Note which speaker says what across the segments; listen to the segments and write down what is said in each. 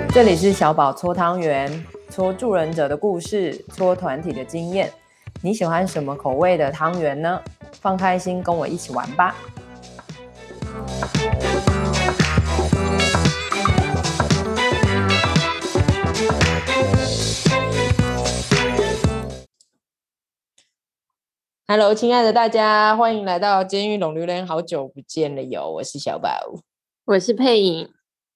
Speaker 1: 这里是小宝搓汤圆，搓助人者的故事，搓团体的经验。你喜欢什么口味的汤圆呢？放开心，跟我一起玩吧。Hello， 亲爱的大家，欢迎来到监狱龙榴莲，好久不见了哟！我是小宝，
Speaker 2: 我是佩颖。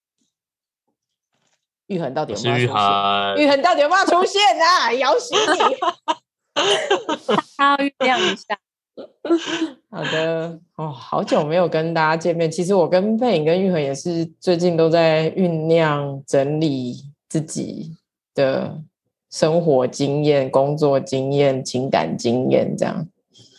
Speaker 1: 玉恒到底有没有出现？
Speaker 3: 玉
Speaker 1: 恒到底有没有出现啊？摇醒你！
Speaker 2: 他要酝酿一下。
Speaker 1: 好的好久没有跟大家见面。其实我跟佩颖跟玉恒也是最近都在酝酿整理自己的生活经验、工作经验、情感经验这样。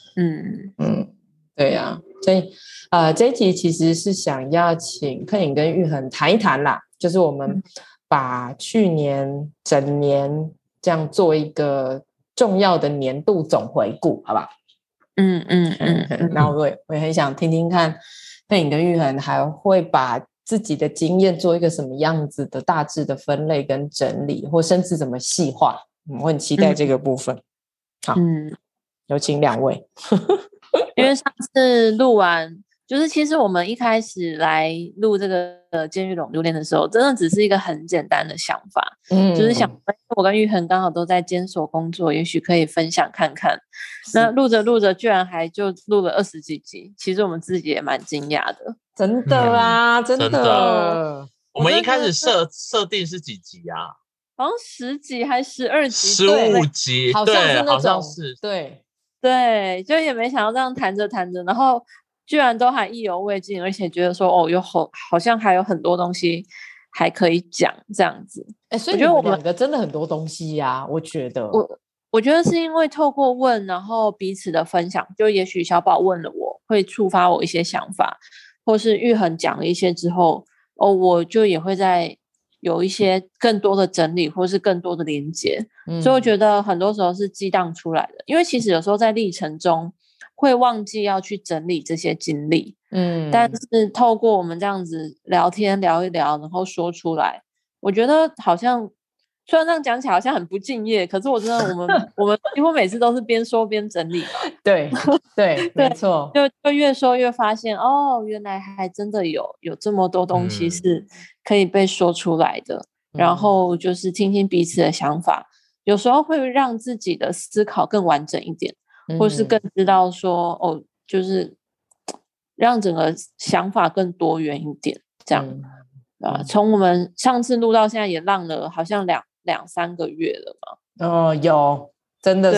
Speaker 1: 对啊，所以这一集其实是想要请佩颖跟玉恒谈一谈啦，就是我们把去年整年这样做一个重要的年度总回顾，好不好？那我也很想听听看佩颖跟玉恒还会把自己的经验做一个什么样子的大致的分类跟整理，或甚至怎么细化。我很期待这个部分。好，有请两位。
Speaker 2: 因为上次录完，就是其实我们一开始来录这个监狱龙榴莲的时候，真的只是一个很简单的想法，就是想我跟玉恒刚好都在监所工作，也许可以分享看看。那录着录着，居然还就录了20几集，其实我们自己也蛮惊讶的。
Speaker 1: 真的啊，真的。
Speaker 3: 我们一开始设定是几集啊？
Speaker 2: 好像10集还12集
Speaker 3: ，15集，
Speaker 1: 好像是那种，
Speaker 3: 好像是
Speaker 2: 对，就也没想到这样谈着谈着，然后居然都还意犹未尽，而且觉得说好像还有很多东西还可以讲这样子。
Speaker 1: 所以你们两个真的很多东西呀，我觉得。
Speaker 2: 我觉得是因为透过问，然后彼此的分享，就也许小宝问了我，会触发我一些想法，或是玉恒讲了一些之后，我就也会在有一些更多的整理，或是更多的连结。所以我觉得很多时候是激荡出来的，因为其实有时候在历程中会忘记要去整理这些经历，但是透过我们这样子聊天聊一聊，然后说出来，我觉得好像虽然这样讲起来好像很不敬业，可是我真的我们几乎每次都是边说边整理嘛。
Speaker 1: 对，没错，
Speaker 2: 就越说越发现原来还真的有这么多东西是可以被说出来的，然后就是听听彼此的想法，有时候会让自己的思考更完整一点，或是更知道说就是让整个想法更多元一点这样。从我们上次录到现在也浪了好像两三个月了嘛。
Speaker 1: 有，真的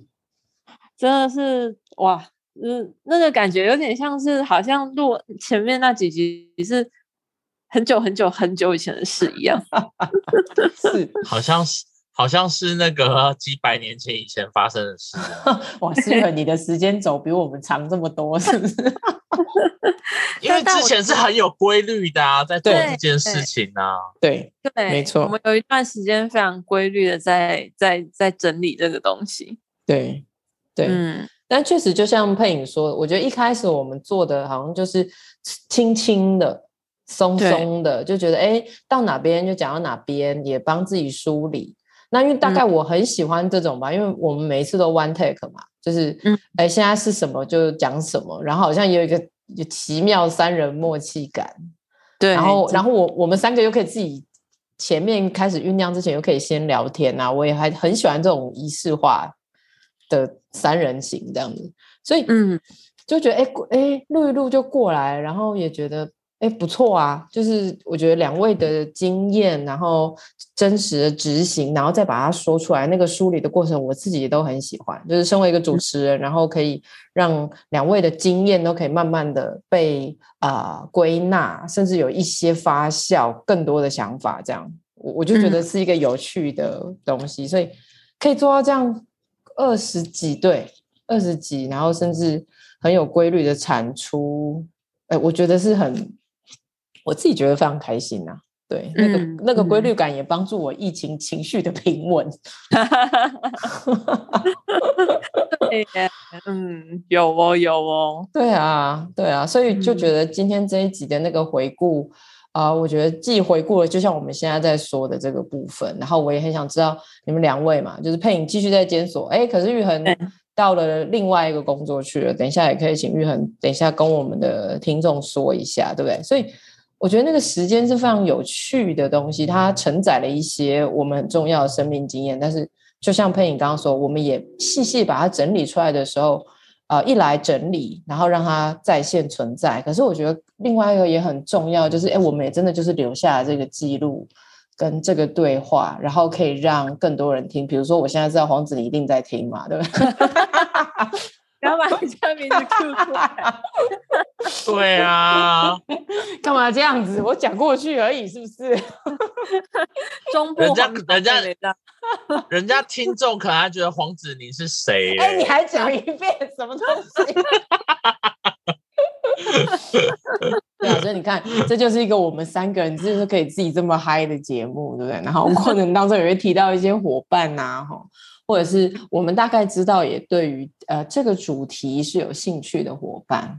Speaker 1: 是
Speaker 2: 哇，那个感觉有点像是好像录前面那几集是很久很久很久以前的事一样。
Speaker 1: 是，
Speaker 3: 好像是那个几百年前以前发生的事。
Speaker 1: 哇，思远，你的时间轴比我们长这么多，是不是？
Speaker 3: 因为之前是很有规律的在做这件事情啊。
Speaker 1: 对，没错，
Speaker 2: 我们有一段时间非常规律的在整理这个东西。
Speaker 1: 对，但确实就像佩颖说，我觉得一开始我们做的好像就是轻轻的、松松的，就觉得到哪边就讲到哪边，也帮自己梳理。那因为大概我很喜欢这种吧，因为我们每一次都 one take 嘛，就是现在是什么就讲什么，然后好像也有一个奇妙3人默契感。对，然后我们3个又可以自己前面开始酝酿之前又可以先聊天啊，我也还很喜欢这种仪式化的3人行这样子，所以就觉得录一录就过来，然后也觉得不错啊，就是我觉得2位的经验，然后真实的执行，然后再把它说出来，那个梳理的过程我自己也都很喜欢，就是身为一个主持人，然后可以让2位的经验都可以慢慢的被归纳，甚至有一些发酵更多的想法，这样我就觉得是一个有趣的东西，所以可以做到这样20几，然后甚至很有规律的产出，我觉得是我自己觉得非常开心啊。对，那个规律感也帮助我疫情情绪的平稳。
Speaker 2: 对，有哦。
Speaker 1: 对啊，所以就觉得今天这一集的那个回顾， 我觉得既回顾了就像我们现在在说的这个部分，然后我也很想知道你们两位嘛，就是佩颖继续在监所，可是玉衡到了另外一个工作去了，等一下也可以请玉衡等一下跟我们的听众说一下，对不对？所以我觉得那个时间是非常有趣的东西，它承载了一些我们很重要的生命经验，但是就像佩颖刚刚说，我们也细细把它整理出来的时候，一来整理，然后让它在线存在。可是我觉得另外一个也很重要，就是我们也真的就是留下了这个记录跟这个对话，然后可以让更多人听。比如说我现在知道黄子你一定在听嘛，对不对？
Speaker 2: 不要把人家名字 Q 出来。
Speaker 3: 对啊，
Speaker 1: 干嘛这样子？我讲过去而已，是不是？
Speaker 2: 中部
Speaker 3: 人家听众可能还觉得黄子宁是谁？
Speaker 1: 你还讲一遍什么东西？对啊，所以你看，这就是一个我们3个人就是可以自己这么嗨的节目，对不对？然后过程当中也会提到一些伙伴啊，或者是我们大概知道也对于这个主题是有兴趣的伙伴。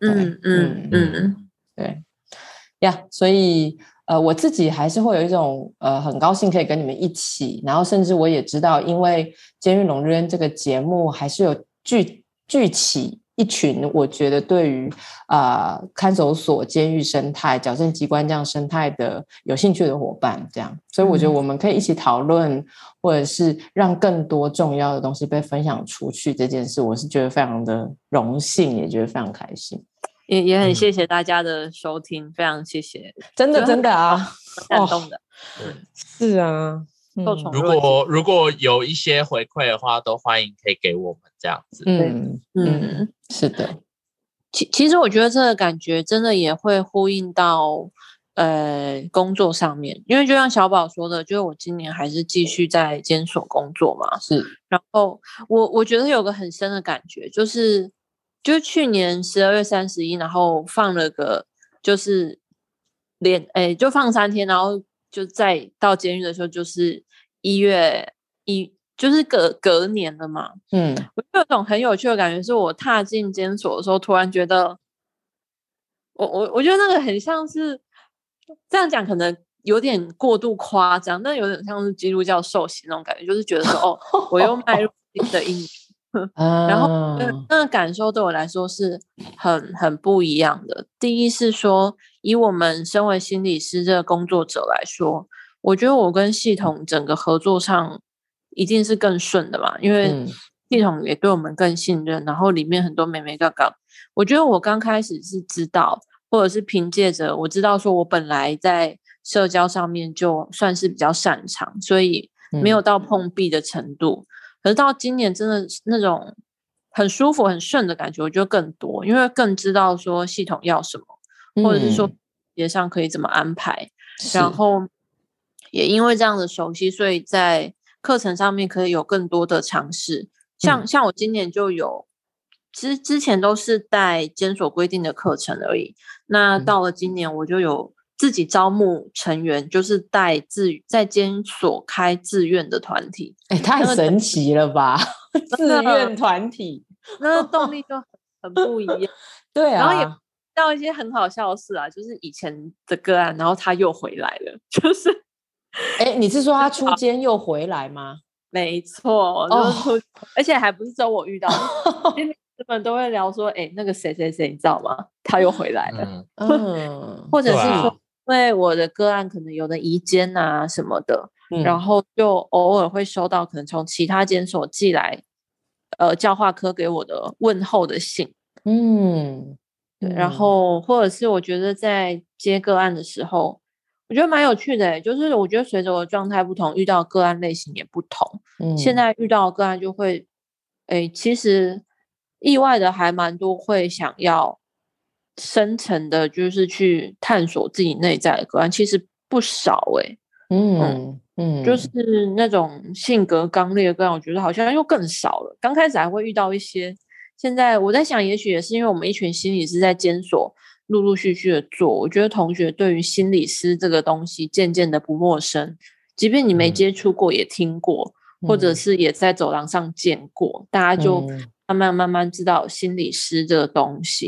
Speaker 1: 对呀，所以我自己还是会有一种很高兴可以跟你们一起，然后甚至我也知道，因为监狱龙日这个节目还是有聚起一群我觉得对于看守所、监狱生态、矫正机关这样生态的有兴趣的伙伴，这样，所以我觉得我们可以一起讨论，或者是让更多重要的东西被分享出去这件事，我是觉得非常的荣幸，也觉得非常开心。
Speaker 2: 也很谢谢大家的收听，非常谢谢，
Speaker 1: 真的啊，
Speaker 2: 感动的，
Speaker 1: 是啊。
Speaker 3: 如果有一些回馈的话，都欢迎可以给我们这样子。
Speaker 1: 是的。
Speaker 2: 其实我觉得这个感觉真的也会呼应到工作上面，因为就像小宝说的，就是我今年还是继续在监所工作嘛，
Speaker 1: 是。然
Speaker 2: 后我觉得有个很深的感觉，就是去年12月31，然后放了个就是就放3天，然后就再到监狱的时候，就是1月1，就是隔年了嘛。我就有种很有趣的感觉，是我踏进监所的时候，突然觉得，我觉得那个很像是这样讲，可能有点过度夸张，但有点像是基督教受洗那种感觉，就是觉得说，我又迈入新的一年。然后那个感受对我来说是很不一样的。第一是说，以我们身为心理师这个工作者来说，我觉得我跟系统整个合作上一定是更顺的嘛，因为系统也对我们更信任，然后里面很多眉眉角角，我觉得我刚开始是知道，或者是凭借着我知道说我本来在社交上面就算是比较擅长，所以没有到碰壁的程度。可是到今年真的那种很舒服很顺的感觉我觉得更多，因为更知道说系统要什么，或者是说节上可以怎么安排，然后也因为这样的熟悉，所以在课程上面可以有更多的尝试。像我今年就有之前都是带监所规定的课程而已，那到了今年我就有自己招募成员，就是带在监所开自愿的团体。
Speaker 1: 太神奇了吧自愿团体
Speaker 2: 那动力就很不一样
Speaker 1: 对啊，
Speaker 2: 然后也到一些很好笑的事啊，就是以前的个案然后他又回来了，就是
Speaker 1: 你是说他出监又回来吗？
Speaker 2: 没错，就是而且还不是只有我遇到他们都会聊说那个谁谁谁你知道吗，他又回来了或者是说因为我的个案可能有的移监啊什么的，然后就偶尔会收到可能从其他监所寄来教化科给我的问候的信。对，然后或者是我觉得在接个案的时候我觉得蛮有趣的就是我觉得随着我的状态不同，遇到个案类型也不同。现在遇到个案就会其实意外的还蛮多会想要深层的就是去探索自己内在的个案，其实不少就是那种性格刚烈的个案我觉得好像又更少了。刚开始还会遇到一些，现在我在想也许也是因为我们一群心理师在监所陆陆续续的做，我觉得同学对于心理师这个东西渐渐的不陌生，即便你没接触过也听过或者是也在走廊上见过，大家就慢慢知道心理师这个东西。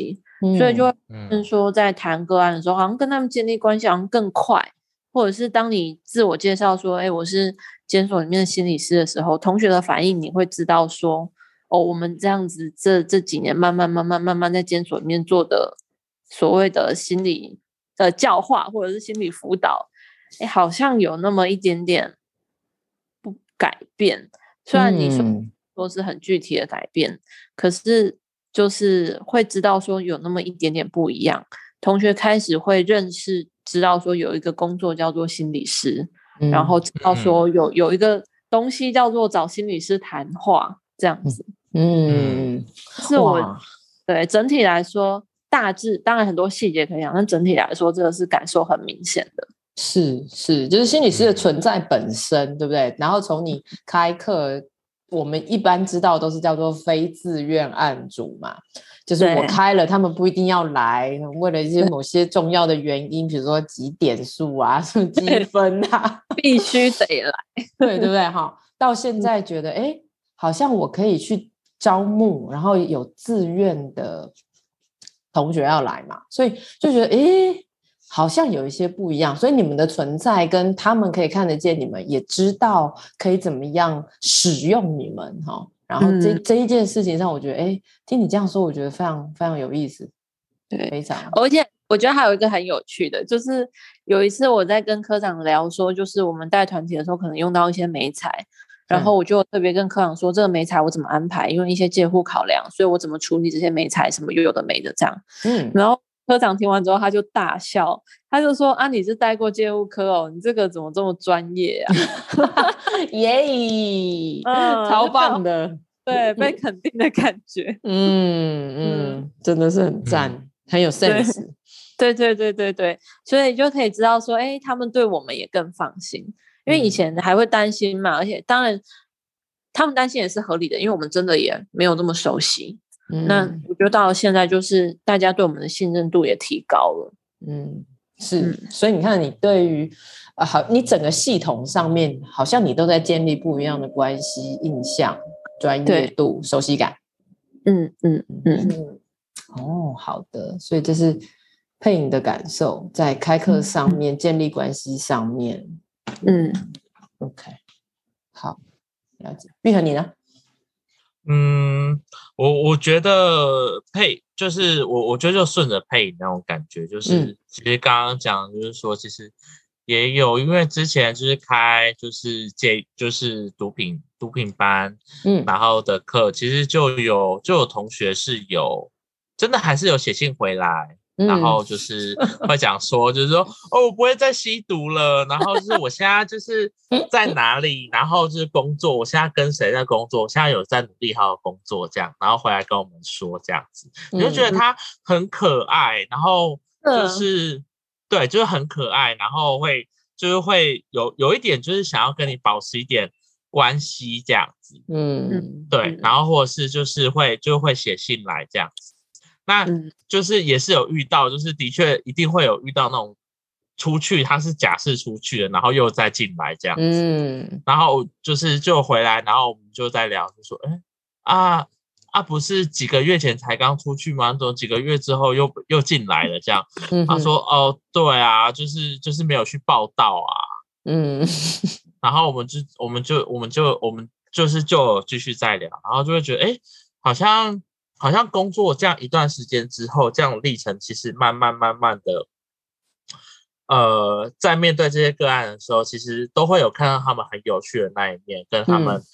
Speaker 2: 所以就会说在谈个案的时候，好像跟他们建立关系好像更快，或者是当你自我介绍说，我是监所里面的心理师的时候，同学的反应你会知道说，我们这样子这几年慢慢在监所里面做的所谓的心理的教化或者是心理辅导，好像有那么一点点不改变。虽然你说是很具体的改变，可是就是会知道说有那么一点点不一样。同学开始会知道说有一个工作叫做心理师，然后知道说有一个东西叫做找心理师谈话这样子。是我对整体来说大致，当然很多细节可以讲，但整体来说这个是感受很明显的。
Speaker 1: 是，就是心理师的存在本身，对不对？然后从你开课，我们一般知道都是叫做非自愿案主嘛，就是我开了，他们不一定要来，为了一些某些重要的原因，比如说积点数啊、积分啊，
Speaker 2: 必须得来，
Speaker 1: 对不对？到现在觉得，好像我可以去招募，然后有自愿的同学要来嘛，所以就觉得，好像有一些不一样，所以你们的存在跟他们可以看得见你们，也知道可以怎么样使用你们然后这一件事情上，我觉得听你这样说，我觉得非常非常有意思。
Speaker 2: 对，
Speaker 1: 非常。
Speaker 2: 而且我觉得还有一个很有趣的，就是有一次我在跟科长聊说，就是我们带团体的时候可能用到一些媒材，然后我就特别跟科长说，这个媒材我怎么安排，因为一些介护考量，所以我怎么处理这些媒材，什么有的没的这样。然后科长听完之后他就大笑，他就说啊，你是带过介护科哦，你这个怎么这么专业啊？
Speaker 1: 耶，超棒的，
Speaker 2: 对，被肯定的感觉。
Speaker 1: 真的是很赞，很有 sense。
Speaker 2: 对，所以就可以知道说，他们对我们也更放心，因为以前还会担心嘛，而且当然他们担心也是合理的，因为我们真的也没有这么熟悉。那我觉得到了现在，就是大家对我们的信任度也提高了。
Speaker 1: 是，所以你看，你对于你整个系统上面，好像你都在建立不一样的关系、印象、专业度、熟悉感。好的，所以这是佩颖的感受，在开课上面、建立关系上面。OK， 好，了解。碧恒你呢？
Speaker 3: 我觉得就是我觉得就顺着配那种感觉，就是其实刚刚讲就是说，其实也有因为之前就是开就是毒品班，然后的课，其实就有同学是真的还是有写信回来。然后就是会讲说，就是说我不会再吸毒了，然后就是我现在就是在哪里，然后就是工作，我现在跟谁在工作，我现在有在努力好好工作这样，然后回来跟我们说这样子，你就觉得他很可爱，然后就是对，就是很可爱，然后会有一点就是想要跟你保持一点关系这样子，对，然后或者是就是会写信来这样子。那就是也是有遇到，就是的确一定会有遇到那种出去，他是假释出去的，然后又再进来这样子，然后就回来，然后我们就在聊，就说，不是几个月前才刚出去吗？怎么几个月之后又进来了这样？他说，对啊，就是没有去报到啊，然后我们就继续再聊，然后就会觉得，好像工作这样一段时间之后，这样的历程其实慢慢的，在面对这些个案的时候，其实都会有看到他们很有趣的那一面，跟他们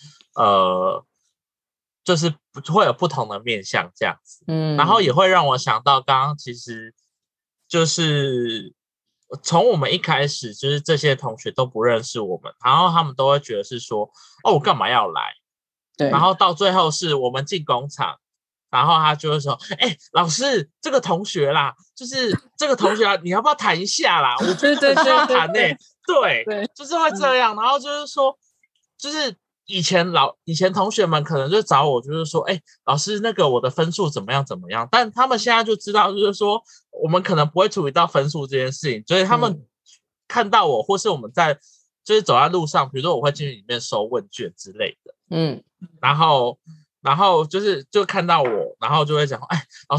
Speaker 3: 就是会有不同的面向这样子，然后也会让我想到刚刚其实就是从我们一开始就是这些同学都不认识我们，然后他们都会觉得是说，我干嘛要来？对，然后到最后是我们进工厂。然后他就会说，老师，这个同学啦，就是这个同学你要不要谈一下啦？我觉得很需要谈对，就是会这样。然后就是说，就是以前同学们可能就找我，就是说，老师，那个我的分数怎么样？但他们现在就知道，就是说，我们可能不会处理到分数这件事情，所以他们看到我，或是我们就是走在路上，比如说我会进去里面收问卷之类的，然后就看到我，然后就会讲，老师，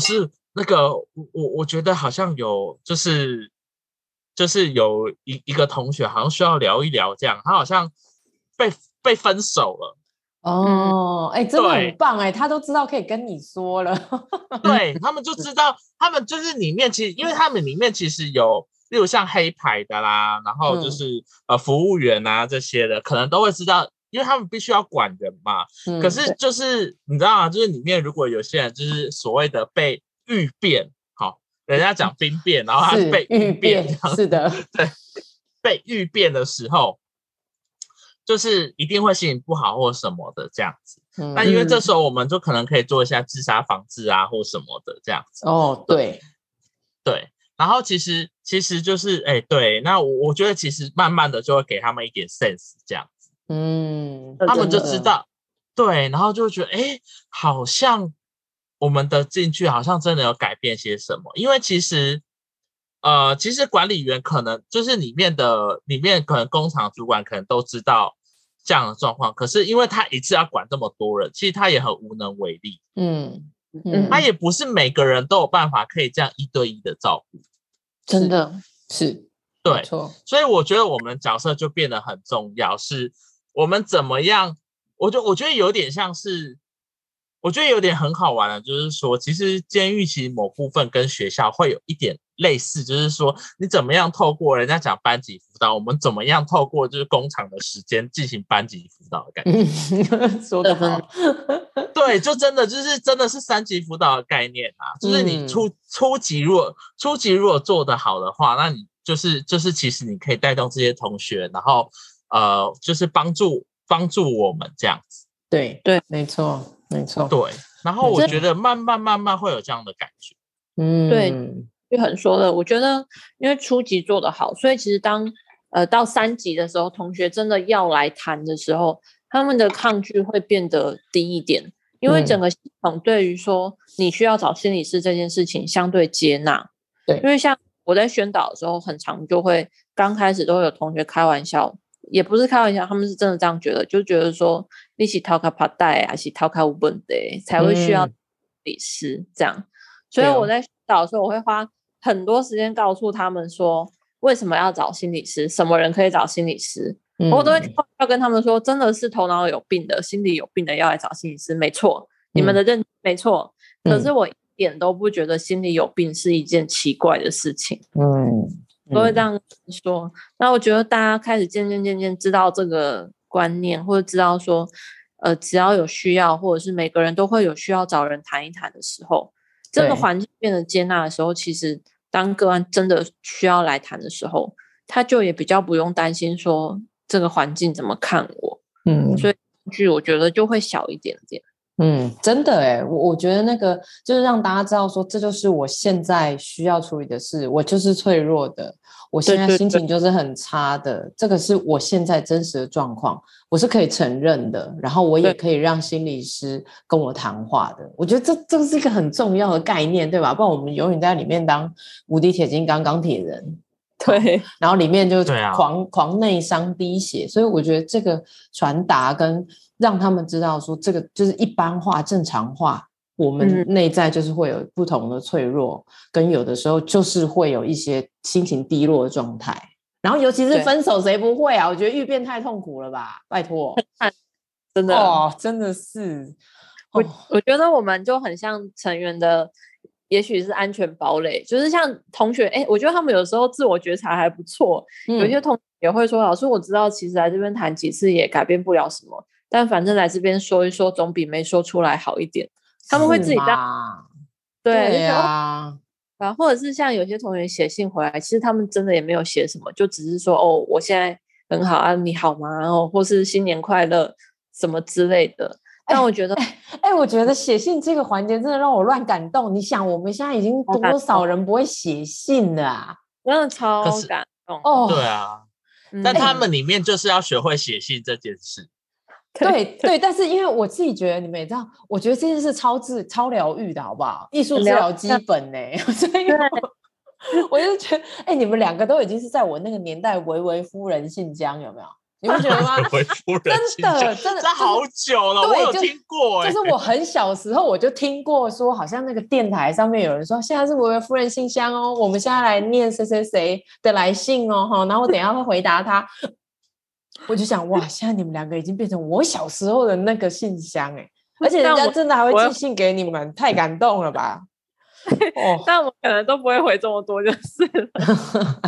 Speaker 3: 那个我觉得好像有就是有一个同学好像需要聊一聊这样，他好像被分手了。
Speaker 1: 哦，真的很棒他都知道可以跟你说了。
Speaker 3: 对，他们就知道，他们就是里面其实，因为他们里面其实有，例如像黑牌的啦，然后就是服务员啊这些的，可能都会知道，因为他们必须要管人嘛。可是就是你知道吗？就是里面如果有些人就是所谓的被预变，好，人家讲兵变，然后他被预变，
Speaker 1: 是的，
Speaker 3: 对，被预变的时候。就是一定会心情不好或什么的这样子，那因为这时候我们就可能可以做一下自杀防治啊或什么的这样子。
Speaker 1: 对，
Speaker 3: 然后其实就是对，那我觉得其实慢慢的就会给他们一点 sense 这样子，他们就知道，对，然后就会觉得好像我们的进去好像真的有改变些什么，因为其实管理员可能就是里面可能工厂主管可能都知道这样的状况，可是因为他一次要管这么多人，其实他也很无能为力。他也不是每个人都有办法可以这样一对一的照顾，
Speaker 2: 真的
Speaker 1: 是
Speaker 3: 对，所以我觉得我们角色就变得很重要，是我们怎么样，我觉得有点像是，我觉得有点很好玩的，就是说其实监狱其实某部分跟学校会有一点类似，就是说你怎么样透过人家讲班级辅导，我们怎么样透过就是工厂的时间进行班级辅导的感觉。
Speaker 1: 说得好。
Speaker 3: 对，就真的是3级辅导的概念啊，就是你初级如果做得好的话，那你就是其实你可以带动这些同学，然后就是帮助我们这样子。
Speaker 1: 对，没错。
Speaker 3: 对，然后我觉得慢慢会有这样的感觉。
Speaker 2: 对，就很说的，我觉得因为初级做得好，所以其实当到3级的时候，同学真的要来谈的时候，他们的抗拒会变得低一点，因为整个系统对于说你需要找心理师这件事情相对接纳。
Speaker 1: 对，
Speaker 2: 因为像我在宣导的时候，很常就会刚开始都会有同学开玩笑，也不是开玩笑，他们是真的这样觉得，就觉得说你是讨卡帕带还是讨卡无本的才会需要心理师这样。所以我在宣导的时候，我会花很多时间告诉他们说为什么要找心理师，什么人可以找心理师。我都会要跟他们说，真的是头脑有病的、心理有病的要来找心理师，没错，你们的认知没错。可是我一点都不觉得心理有病是一件奇怪的事情。都会这样说。那我觉得大家开始渐渐知道这个观念，或者知道说，只要有需要，或者是每个人都会有需要找人谈一谈的时候，这个环境变得接納的时候，其实当个案真的需要来谈的时候，他就也比较不用担心说这个环境怎么看我。所以恐惧我觉得就会小一点点。
Speaker 1: 真的我觉得那个就是让大家知道说，这就是我现在需要处理的事，我就是脆弱的，我现在心情就是很差的，这个是我现在真实的状况，我是可以承认的，然后我也可以让心理师跟我谈话的。我觉得这是一个很重要的概念，对吧？不然我们永远在里面当无敌铁金刚钢铁人，
Speaker 2: 对，
Speaker 1: 然后里面就狂内伤滴血，所以我觉得这个传达跟让他们知道说，这个就是一般化正常化，我们内在就是会有不同的脆弱，跟有的时候就是会有一些心情低落的状态，然后尤其是分手谁不会啊？我觉得遇变太痛苦了吧，拜托。
Speaker 2: 真的
Speaker 1: 真的是
Speaker 2: 我觉得我们就很像成员的也许是安全堡垒，就是像同学我觉得他们有时候自我觉察还不错，有些同学也会说，老师我知道其实来这边谈几次也改变不了什么，但反正来这边说一说总比没说出来好一点。他们会自己
Speaker 1: 对啊，
Speaker 2: 或者是像有些同学写信回来，其实他们真的也没有写什么，就只是说我现在很好啊，你好吗？然后或是新年快乐什么之类的。但我觉得
Speaker 1: 我觉得写信这个环节真的让我乱感动。你想我们现在已经多少人不会写信了啊，
Speaker 2: 真的超感动
Speaker 3: 对啊，但他们里面就是要学会写信这件事。
Speaker 1: 对，但是因为我自己觉得你们也知道，我觉得这件事超疗愈的好不好？艺术治疗基本所以我就觉得你们两个都已经是在我那个年代微微夫人信箱有没有？ 你不觉得吗？
Speaker 3: 微夫人信箱
Speaker 1: 真的
Speaker 3: 这好久了，我有听过
Speaker 1: 就是我很小时候我就听过说，好像那个电台上面有人说，现在是微夫人信箱哦，我们现在来念谁谁谁的来信哦，然后我等一下会回答他。我就想，哇，现在你们两个已经变成我小时候的那个信箱而且人家真的还会寄信给你们，太感动了吧？
Speaker 2: 但我可能都不会回这么多就是了。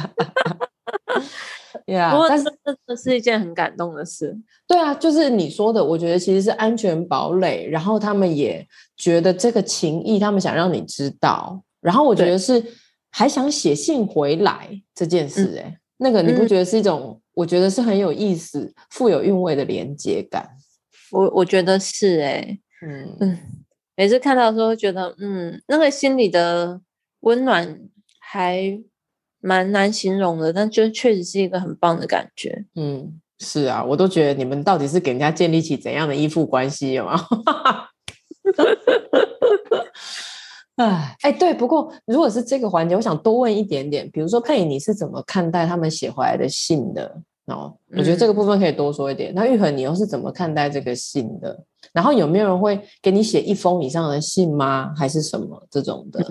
Speaker 2: 不过这真的是一件很感动的事。
Speaker 1: 对啊，就是你说的，我觉得其实是安全堡垒，然后他们也觉得这个情谊，他们想让你知道，然后我觉得是还想写信回来这件事那个你不觉得是一种我觉得是很有意思富有韵味的连接感？
Speaker 2: 我觉得是每次看到的时候觉得那个心里的温暖还蛮难形容的，但就确实是一个很棒的感觉。
Speaker 1: 是啊，我都觉得你们到底是给人家建立起怎样的依附关系有吗？对，不过如果是这个环节，我想多问一点点，比如说佩，你是怎么看待他们写回来的信的？我觉得这个部分可以多说一点。那玉衡，你又是怎么看待这个信的？然后有没有人会给你写1封以上的信吗？还是什么这种的？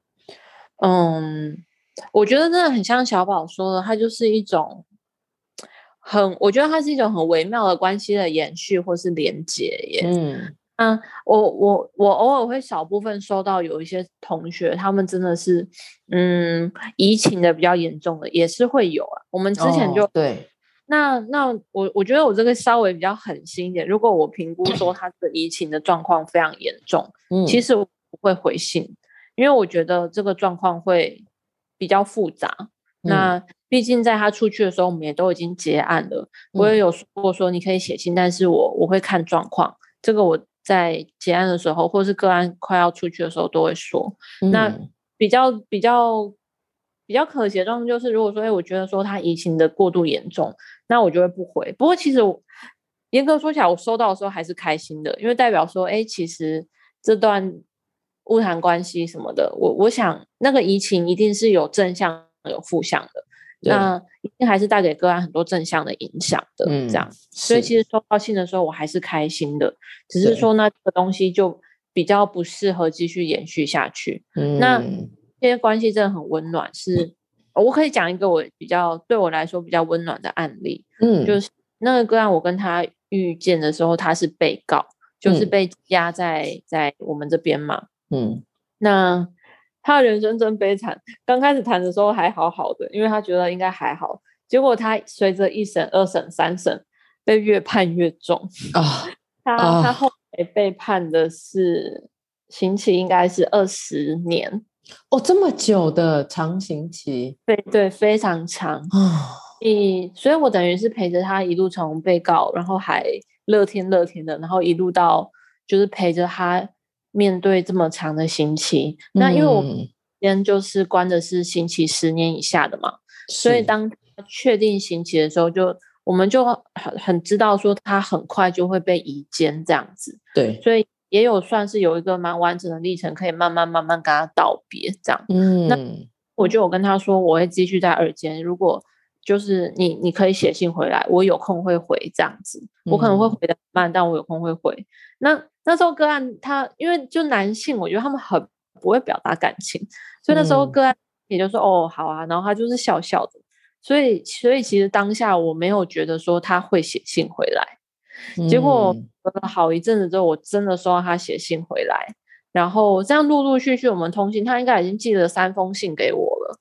Speaker 2: 我觉得真的很像小宝说的，它就是一种我觉得它是一种很微妙的关系的延续或是连结耶。我偶尔会少部分收到有一些同学，他们真的是移情的比较严重的，也是会有啊。我们之前就
Speaker 1: 对。
Speaker 2: 那我觉得我这个稍微比较狠心一点，如果我评估说他的移情的状况非常严重，其实我不会回信，因为我觉得这个状况会比较复杂。那毕竟在他出去的时候，我们也都已经结案了。我也有说过说你可以写信，但是我会看状况。这个我在结案的时候，或是个案快要出去的时候都会说。那比较可惜的状况就是，如果说我觉得说他移情的过度严重，那我就会不回。不过其实严格说起来，我收到的时候还是开心的，因为代表说其实这段晤谈关系什么的，我想那个移情一定是有正向有负向的，那一定还是带给个案很多正向的影响的这样。所以其实收到信的时候我还是开心的，只是说那这个东西就比较不适合继续延续下去。那这些关系真的很温暖，是我可以讲一个我比较对我来说比较温暖的案例。就是那个个案我跟他遇见的时候，他是被告，就是被压在我们这边嘛。那他的人生真悲惨，刚开始谈的时候还好好的，因为他觉得应该还好，结果他随着1审、2审、3审被越判越重他后来被判的是刑期应该是20年
Speaker 1: 这么久的长刑期。
Speaker 2: 对，非常长所以我等于是陪着他一路从被告，然后还乐天的，然后一路到就是陪着他面对这么长的刑期。那因为我们今天就是关的是刑期10年以下的嘛，所以当他确定刑期的时候，我们就很知道说他很快就会被移监这样子。
Speaker 1: 对，
Speaker 2: 所以也有算是有一个蛮完整的历程，可以慢慢跟他道别这样。那我就有跟他说我会继续在2监，如果就是你可以写信回来，我有空会回这样子。我可能会回得慢，但我有空会回。那时候个案他因为就男性，我觉得他们很不会表达感情，所以那时候个案也就说好啊，然后他就是笑笑的。所以其实当下我没有觉得说他会写信回来。结果好一阵子之后，我真的收到他写信回来，然后这样陆陆续续我们通信，他应该已经寄了3封信给我了。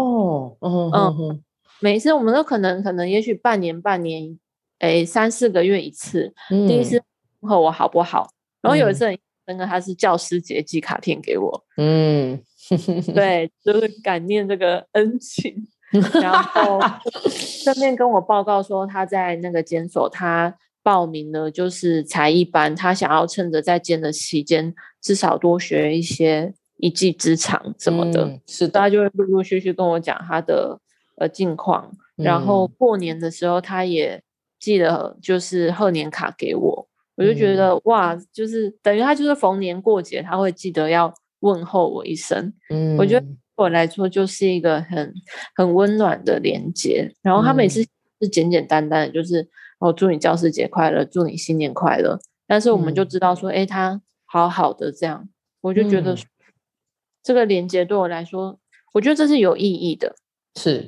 Speaker 2: 每一次我们都可能也许半年3、4个月一次。第一次问候我好不好，然后有一次那个他是教师节寄卡片给我。对，就是感念这个恩情。然后顺便跟我报告说他在那个监所他报名了就是才艺班，他想要趁着在监的期间至少多学一些一技之长什么的。
Speaker 1: 是的，
Speaker 2: 他就会陆陆续续跟我讲他的近况。然后过年的时候他也寄了就是贺年卡给我，我就觉得哇，就是等于他就是逢年过节他会记得要问候我一声。我觉得对我来说就是一个很温暖的连接。然后他们也是简简单单的，就是祝你教师节快乐，祝你新年快乐，但是我们就知道说他好好的这样，我就觉得这个连接对我来说，我觉得这是有意义的。
Speaker 1: 是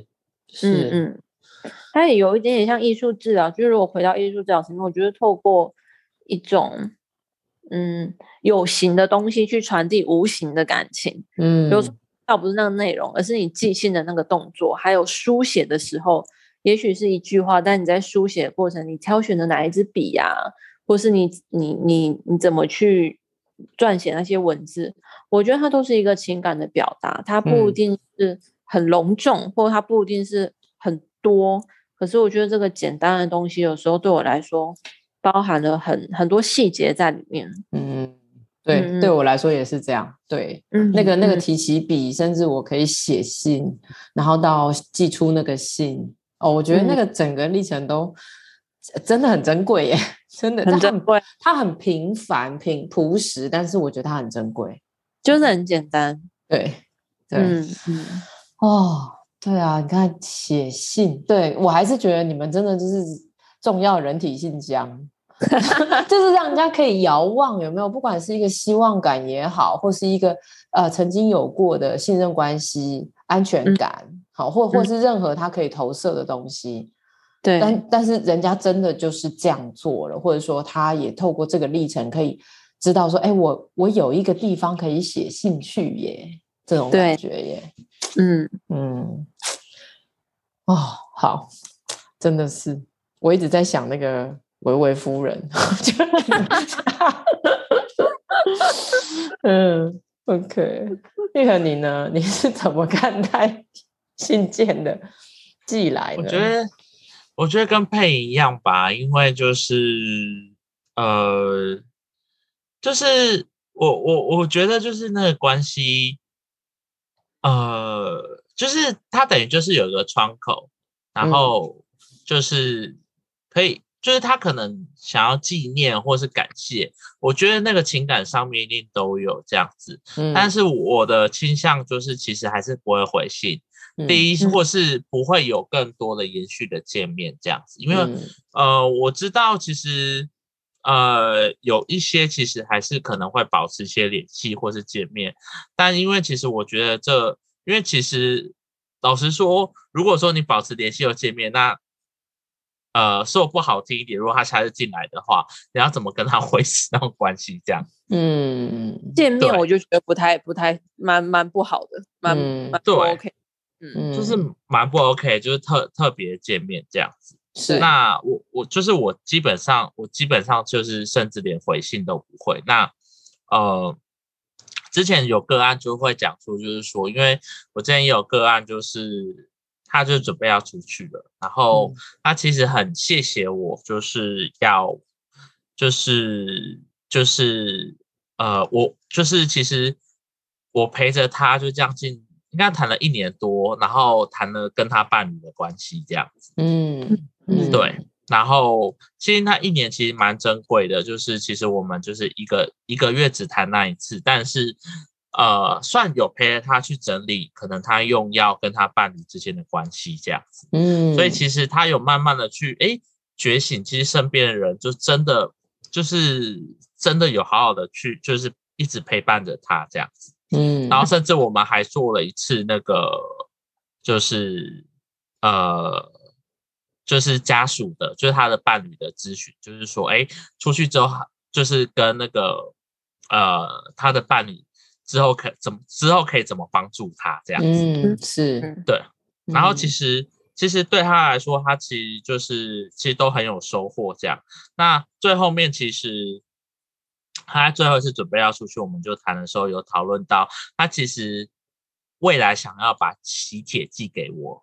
Speaker 2: 它也有一点点像艺术治疗，就是如果回到艺术治疗层面，我觉得透过一种有形的东西去传递无形的感情，比如说倒不是那个内容，而是你即兴的那个动作，还有书写的时候，也许是一句话，但你在书写的过程，你挑选的哪一支笔啊，或是你怎么去撰写那些文字，我觉得它都是一个情感的表达，它不一定是很隆重，或它不一定是很多，可是我觉得这个简单的东西有时候对我来说包含了很多细节在里面。
Speaker 1: 对，对我来说也是这样。对，那个提起笔，甚至我可以写信，然后到寄出那个信，我觉得那个整个历程都真的很珍贵耶，真的
Speaker 2: 很珍贵。
Speaker 1: 它很平凡、朴实，但是我觉得它很珍贵，
Speaker 2: 就是很简单。
Speaker 1: 对，对啊，你看写信，对我还是觉得你们真的就是重要人体信箱。就是让人家可以遥望，有没有？不管是一个希望感也好，或是一个曾经有过的信任关系、安全感，好，或是任何他可以投射的东西。
Speaker 2: 对，
Speaker 1: 但是人家真的就是这样做了，或者说他也透过这个历程可以知道说，我有一个地方可以写信去耶，这种感觉耶。好，真的是，我一直在想那个维维夫人。OK， 玉和你呢？你是怎么看待信件的寄来的？
Speaker 3: 我觉得跟佩一样吧，因为就是我觉得就是那个关系，就是它等于就是有一个窗口，然后就是可以，就是他可能想要纪念或是感谢，我觉得那个情感上面一定都有这样子。但是我的倾向就是其实还是不会回信。第一，或是不会有更多的延续的见面这样子，因为我知道其实有一些其实还是可能会保持一些联系或是见面，但因为其实我觉得因为其实老实说，如果说你保持联系又见面，那说不好听一点，如果他下次进来的话，你要怎么跟他维持那种关系？这样，
Speaker 2: 见面我就觉得不太蛮不好的，蛮不 OK。
Speaker 3: 就是蛮不 OK， 就是特别见面这样子。
Speaker 1: 是，
Speaker 3: 那我就是我基本上就是甚至连回信都不会。那之前有个案就会讲出，就是说，因为我之前也有个案，就是他就准备要出去了，然后他其实很谢谢我，就是要我就是其实我陪着他就这样应该谈了1年多，然后谈了跟他伴侣的关系这样子。对。然后其实那1年其实蛮珍贵的，就是其实我们就是一个月只谈那一次，但是算有陪着他去整理可能他用药跟他伴侣之间的关系这样子。所以其实他有慢慢的去觉醒，其实身边的人就真的有好好的去就是一直陪伴着他这样子。然后甚至我们还做了一次那个就是家属的，就是他的伴侣的咨询，就是说出去之后就是跟那个他的伴侣之后可以怎么帮助他这样子。
Speaker 1: 是，
Speaker 3: 对。然后其实对他来说，他其实都很有收获这样。那最后面其实他最后是准备要出去，我们就谈的时候有讨论到，他其实未来想要把喜帖寄给我。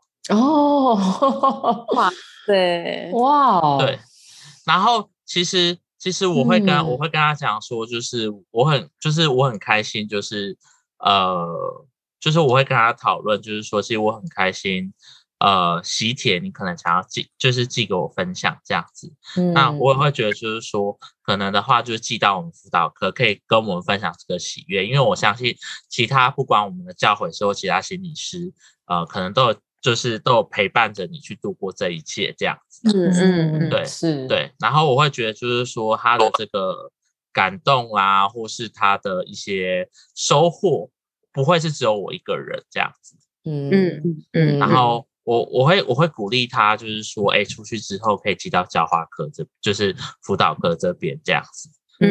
Speaker 2: 哇，对，
Speaker 1: 哇，
Speaker 3: 对。然后其实我会跟他讲说，就是我很开心，就是我会跟他讨论，就是说其实我很开心。喜帖你可能想要寄给我分享这样子。那我也会觉得就是说可能的话就寄到我们辅导科，可以跟我们分享这个喜悦，因为我相信其他不管我们的教诲或其他心理师可能都有就是都有陪伴着你去度过这一切这样子。对，
Speaker 1: 是，
Speaker 3: 对。然后我会觉得就是说他的这个感动啦，或是他的一些收获，不会是只有我一个人这样子。然后我会鼓励他，就是说，出去之后可以寄到教化科就是辅导科这边这样子。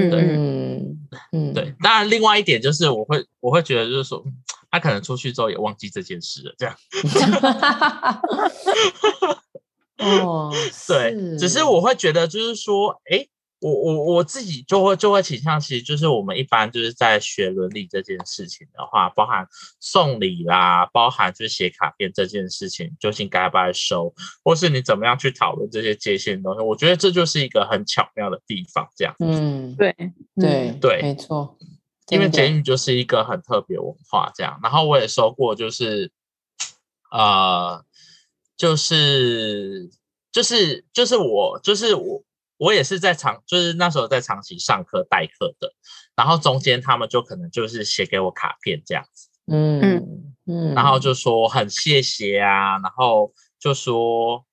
Speaker 3: 对。当然，另外一点就是我会觉得就是说，他可能出去之后也忘记这件事了，这样。对，只是我会觉得就是说，我自己就会倾向，其实就是我们一般就是在学伦理这件事情的话，包含送礼啦，包含就是写卡片这件事情，究竟该不该收，或是你怎么样去讨论这些界限的东西，我觉得这就是一个很巧妙的地方，这样。
Speaker 2: 对，
Speaker 1: 没错。
Speaker 3: 因为监狱就是一个很特别文化，这样。然后我也收过，就是我也是就是那时候在长期上课代课的，然后中间他们就可能就是写给我卡片这样子，然后就说很谢谢啊，然后就说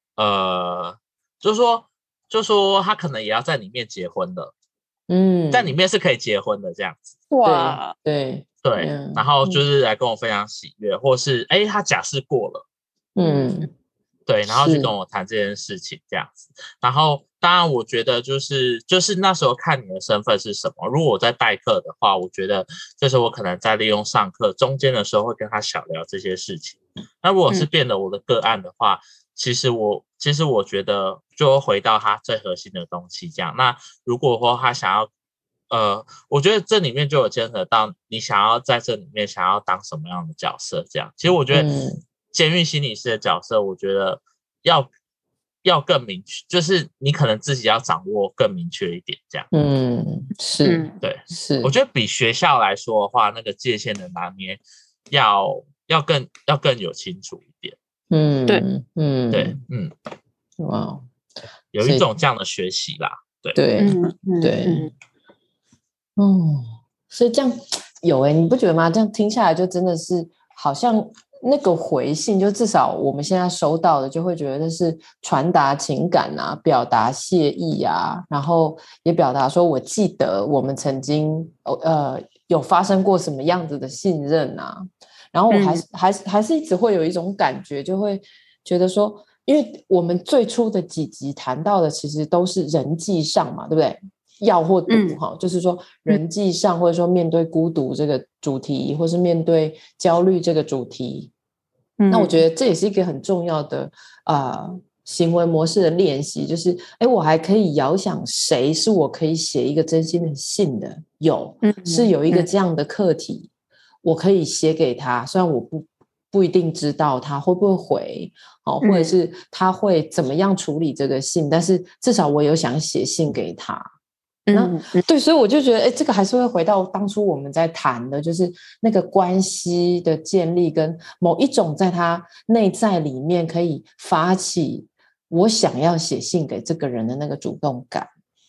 Speaker 3: 他可能也要在里面结婚了，在里面是可以结婚的这样子。
Speaker 2: 哇，
Speaker 1: 对，
Speaker 3: 然后就是来跟我分享喜悦，或是他假释过了，对，然后去跟我谈这件事情这样子。然后当然我觉得就是那时候看你的身份是什么，如果我在代课的话，我觉得这时候我可能在利用上课中间的时候会跟他小聊这些事情。那如果是变了我的个案的话，其实我觉得就会回到他最核心的东西这样。那如果说他想要我觉得这里面就有牵扯到你想要在这里面想要当什么样的角色这样。其实我觉得监狱心理师的角色，我觉得要更明确，就是你可能自己要掌握更明确一点这样。
Speaker 1: 是，
Speaker 3: 对，
Speaker 1: 是。
Speaker 3: 我觉得比学校来说的话，那个界限的拿捏要更有清楚一点。对，
Speaker 1: 哇，
Speaker 3: 有一种这样的学习啦。
Speaker 1: 对，所以这样有你不觉得吗？这样听下来就真的是好像那个回信，就至少我们现在收到的，就会觉得那是传达情感啊，表达谢意啊，然后也表达说我记得我们曾经有发生过什么样子的信任啊，然后我还是一直会有一种感觉，就会觉得说，因为我们最初的几集谈到的其实都是人际上嘛，对不对？要或独就是说人际上，或者说面对孤独这个主题，或是面对焦虑这个主题，那我觉得这也是一个很重要的行为模式的练习，就是我还可以遥想谁是我可以写一个真心的信的，是有一个这样的课题，我可以写给他，虽然我不一定知道他会不会回，或者是他会怎么样处理这个信，但是至少我有想写信给他。对，所以我就觉得这个还是会回到当初我们在谈的，就是那个关系的建立跟某一种在他内在里面可以发起我想要写信给这个人的那个主动感。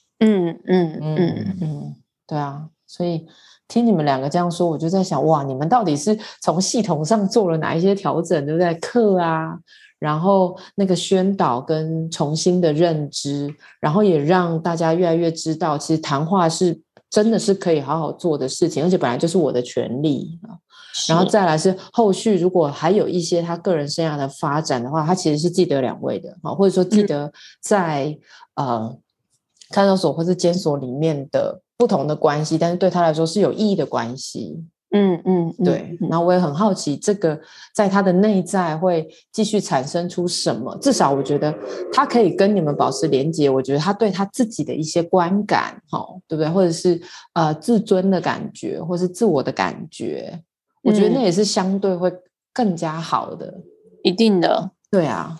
Speaker 1: 对啊，所以听你们两个这样说，我就在想，哇，你们到底是从系统上做了哪一些调整，对不对？课啊，然后那个宣导跟重新的认知，然后也让大家越来越知道，其实谈话是真的是可以好好做的事情，而且本来就是我的权利。然后再来是后续如果还有一些他个人生涯的发展的话，他其实是记得两位的，或者说记得在看守所或是监所里面的不同的关系，但是对他来说是有意义的关系。对，然后我也很好奇这个在他的内在会继续产生出什么，至少我觉得他可以跟你们保持连结，我觉得他对他自己的一些观感，对不对？或者是自尊的感觉，或是自我的感觉，我觉得那也是相对会更加好的。
Speaker 2: 一定的。
Speaker 1: 对啊，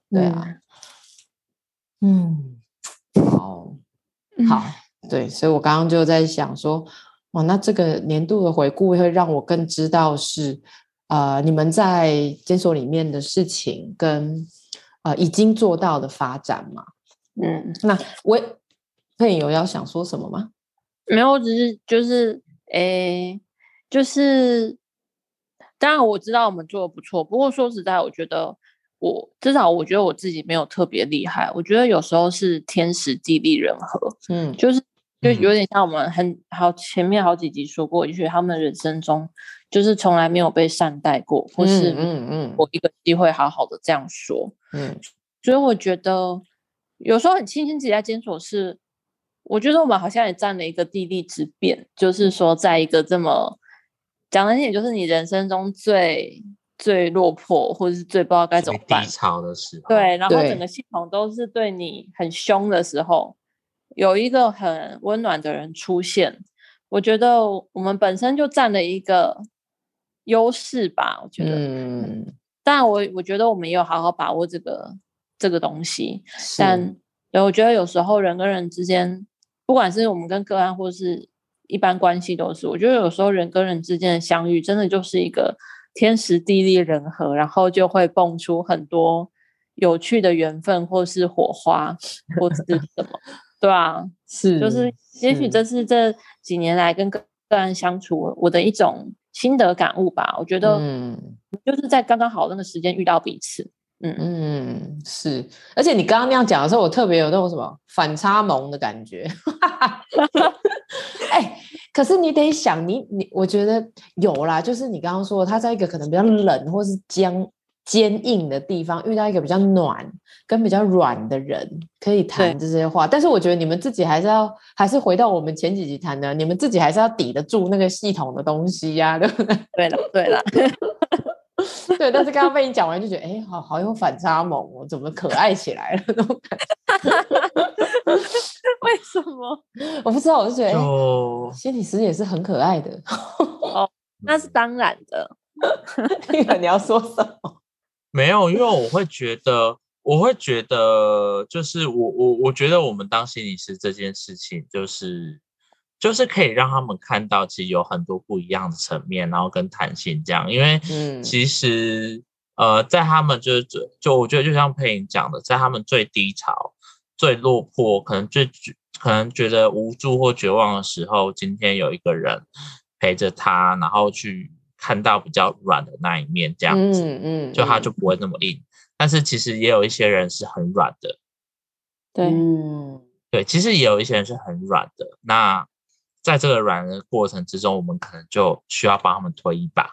Speaker 1: 好，对，所以我刚刚就在想说，哇，那这个年度的回顾会让我更知道是你们在监所里面的事情跟已经做到的发展嘛。那佩有要想说什么吗？
Speaker 2: 没有，只是就是当然我知道我们做的不错，不过说实在我觉得至少我觉得我自己没有特别厉害，我觉得有时候是天时地利人和，就有点像我们前面好几集说过，也许他们人生中就是从来没有被善待过，或是我一个机会好好的这样说，所以我觉得有时候很庆幸自己在监所是，我觉得我们好像也占了一个地利之便，就是说在一个这么讲难听点，就是你人生中最落魄，或者是最不知道该怎么办
Speaker 3: 低潮的时候，
Speaker 2: 对，然后整个系统都是对你很凶的时候，有一个很温暖的人出现，我觉得我们本身就占了一个优势吧。我觉得，当然我觉得我们也有好好把握这个东西，但我觉得有时候人跟人之间，不管是我们跟个案或是一般关系都是，我觉得有时候人跟人之间的相遇，真的就是一个天时地利人和，然后就会蹦出很多有趣的缘分，或是火花，或是什么，对啊，就是也许这是这几年来跟个案相处我的一种心得感悟吧。我觉得，就是在刚刚好那个时间遇到彼此。
Speaker 1: 是，而且你刚刚那样讲的时候，我特别有那种什么反差萌的感觉。可是你得想，我觉得有啦，就是你刚刚说他在一个可能比较冷或是坚硬的地方遇到一个比较暖跟比较软的人，可以谈这些话。但是我觉得你们自己还是回到我们前几集谈的，你们自己还是要抵得住那个系统的东西呀，对不对？
Speaker 2: 对了。
Speaker 1: 对，但是刚刚被你讲完就觉得好有反差萌哦，怎么可爱起来了那种感觉。
Speaker 2: 为什么？
Speaker 1: 我不知道，我就觉得心理师也是很可爱的。
Speaker 2: 那是当然的。
Speaker 1: 你要说什么？
Speaker 3: 没有，因为我会觉得就是我觉得我们当心理师这件事情就是可以让他们看到其实有很多不一样的层面，然后跟弹性这样。因为其实在他们就我觉得就像佩莹讲的，在他们最低潮最落魄可能觉得无助或绝望的时候，今天有一个人陪着他，然后去看到比较软的那一面这样子，就他就不会那么硬。但是其实也有一些人是很软的，对，其实也有一些人是很软的。那在这个软的过程之中，我们可能就需要帮他们推一把。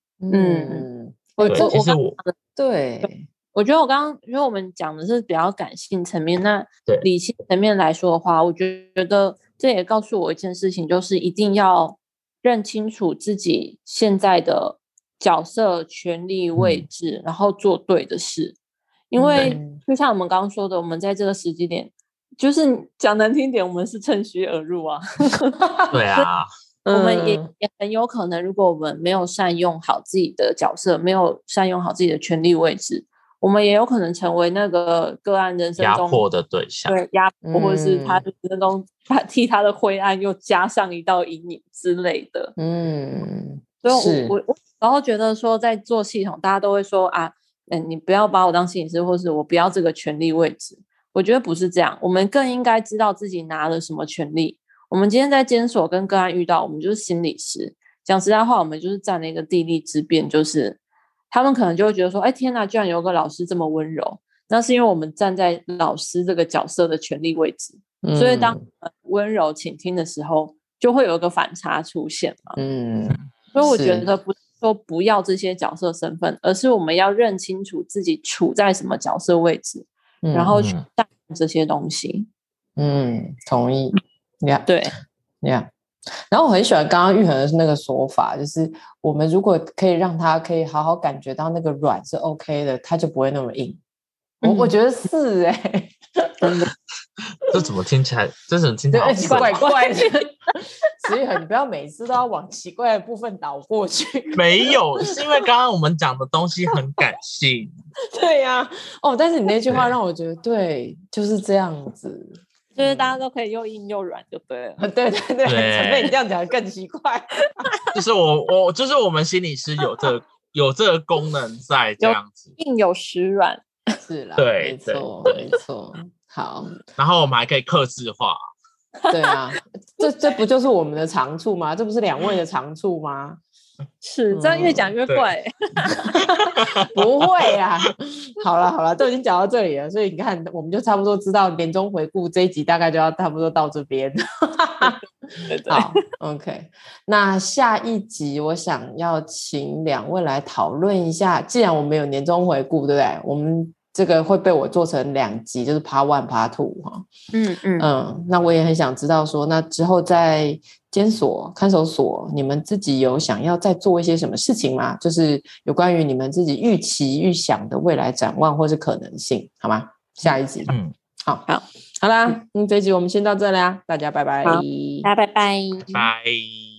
Speaker 1: 对，
Speaker 3: 其实
Speaker 2: 我觉得我刚刚因为我们讲的是比较感性层面，那理性层面来说的话，我觉得这也告诉我一件事情，就是一定要认清楚自己现在的角色、权力、位置，然后做对的事。因为就像我们刚刚说的，我们在这个时机点，就是讲难听点，我们是趁虚而入啊。
Speaker 3: 对啊。
Speaker 2: 我们也很有可能，如果我们没有善用好自己的角色，没有善用好自己的权力位置，我们也有可能成为那个个案人生中
Speaker 3: 压迫的对象，
Speaker 2: 对，压迫，或者是他人生中替他的灰暗又加上一道阴影之类的。所以我然后觉得说，在做系统，大家都会说啊，你不要把我当心理师，或是我不要这个权力位置。我觉得不是这样，我们更应该知道自己拿了什么权利。我们今天在监所跟个案遇到，我们就是心理师。讲实在话，我们就是占了一个地利之便，就是他们可能就会觉得说，天哪，居然有个老师这么温柔。那是因为我们站在老师这个角色的权力位置，所以当温柔倾听的时候，就会有一个反差出现嘛。所以我觉得不是说不要这些角色身份，而是我们要认清楚自己处在什么角色位置，然后去带这些东西。
Speaker 1: 同意。
Speaker 2: 对。
Speaker 1: 然后我很喜欢刚刚玉衡的那个说法，就是我们如果可以让他可以好好感觉到那个软是 OK 的，他就不会那么硬。我觉得是
Speaker 2: 真的。
Speaker 3: 这怎么听起来
Speaker 1: 怪怪的？所以你不要每次都要往奇怪的部分倒过去。
Speaker 3: 没有，是因为刚刚我们讲的东西很感性。
Speaker 1: 对呀，但是你那句话让我觉得对，就是这样子。
Speaker 2: 就是大家都可以又硬又软就对了。
Speaker 1: 对，被你这样讲更奇怪。
Speaker 3: 就是就是我们心理师有这个功能在这样子，
Speaker 2: 硬有实软。
Speaker 1: 是啦，
Speaker 3: 对，
Speaker 1: 没错。好，
Speaker 3: 然后我们还可以客制化。
Speaker 1: 对啊，这不就是我们的长处吗？这不是两位的长处吗？
Speaker 2: 是这样越讲越怪。
Speaker 1: 不会啊，好了，都已经讲到这里了，所以你看，我们就差不多知道年终回顾这一集大概就要差不多到这边。
Speaker 2: 对
Speaker 1: 好 ，OK， 那下一集我想要请2位来讨论一下，既然我们有年终回顾，对不对？我们这个会被我做成2集，就是 Part 1 Part 2哈。那我也很想知道说，那之后在监所、看守所，你们自己有想要再做一些什么事情吗？就是有关于你们自己预期、预想的未来展望或是可能性，好吗？下一集，好啦，这一集我们先到这里啊，大家拜拜，
Speaker 2: 大家拜拜，
Speaker 3: 拜。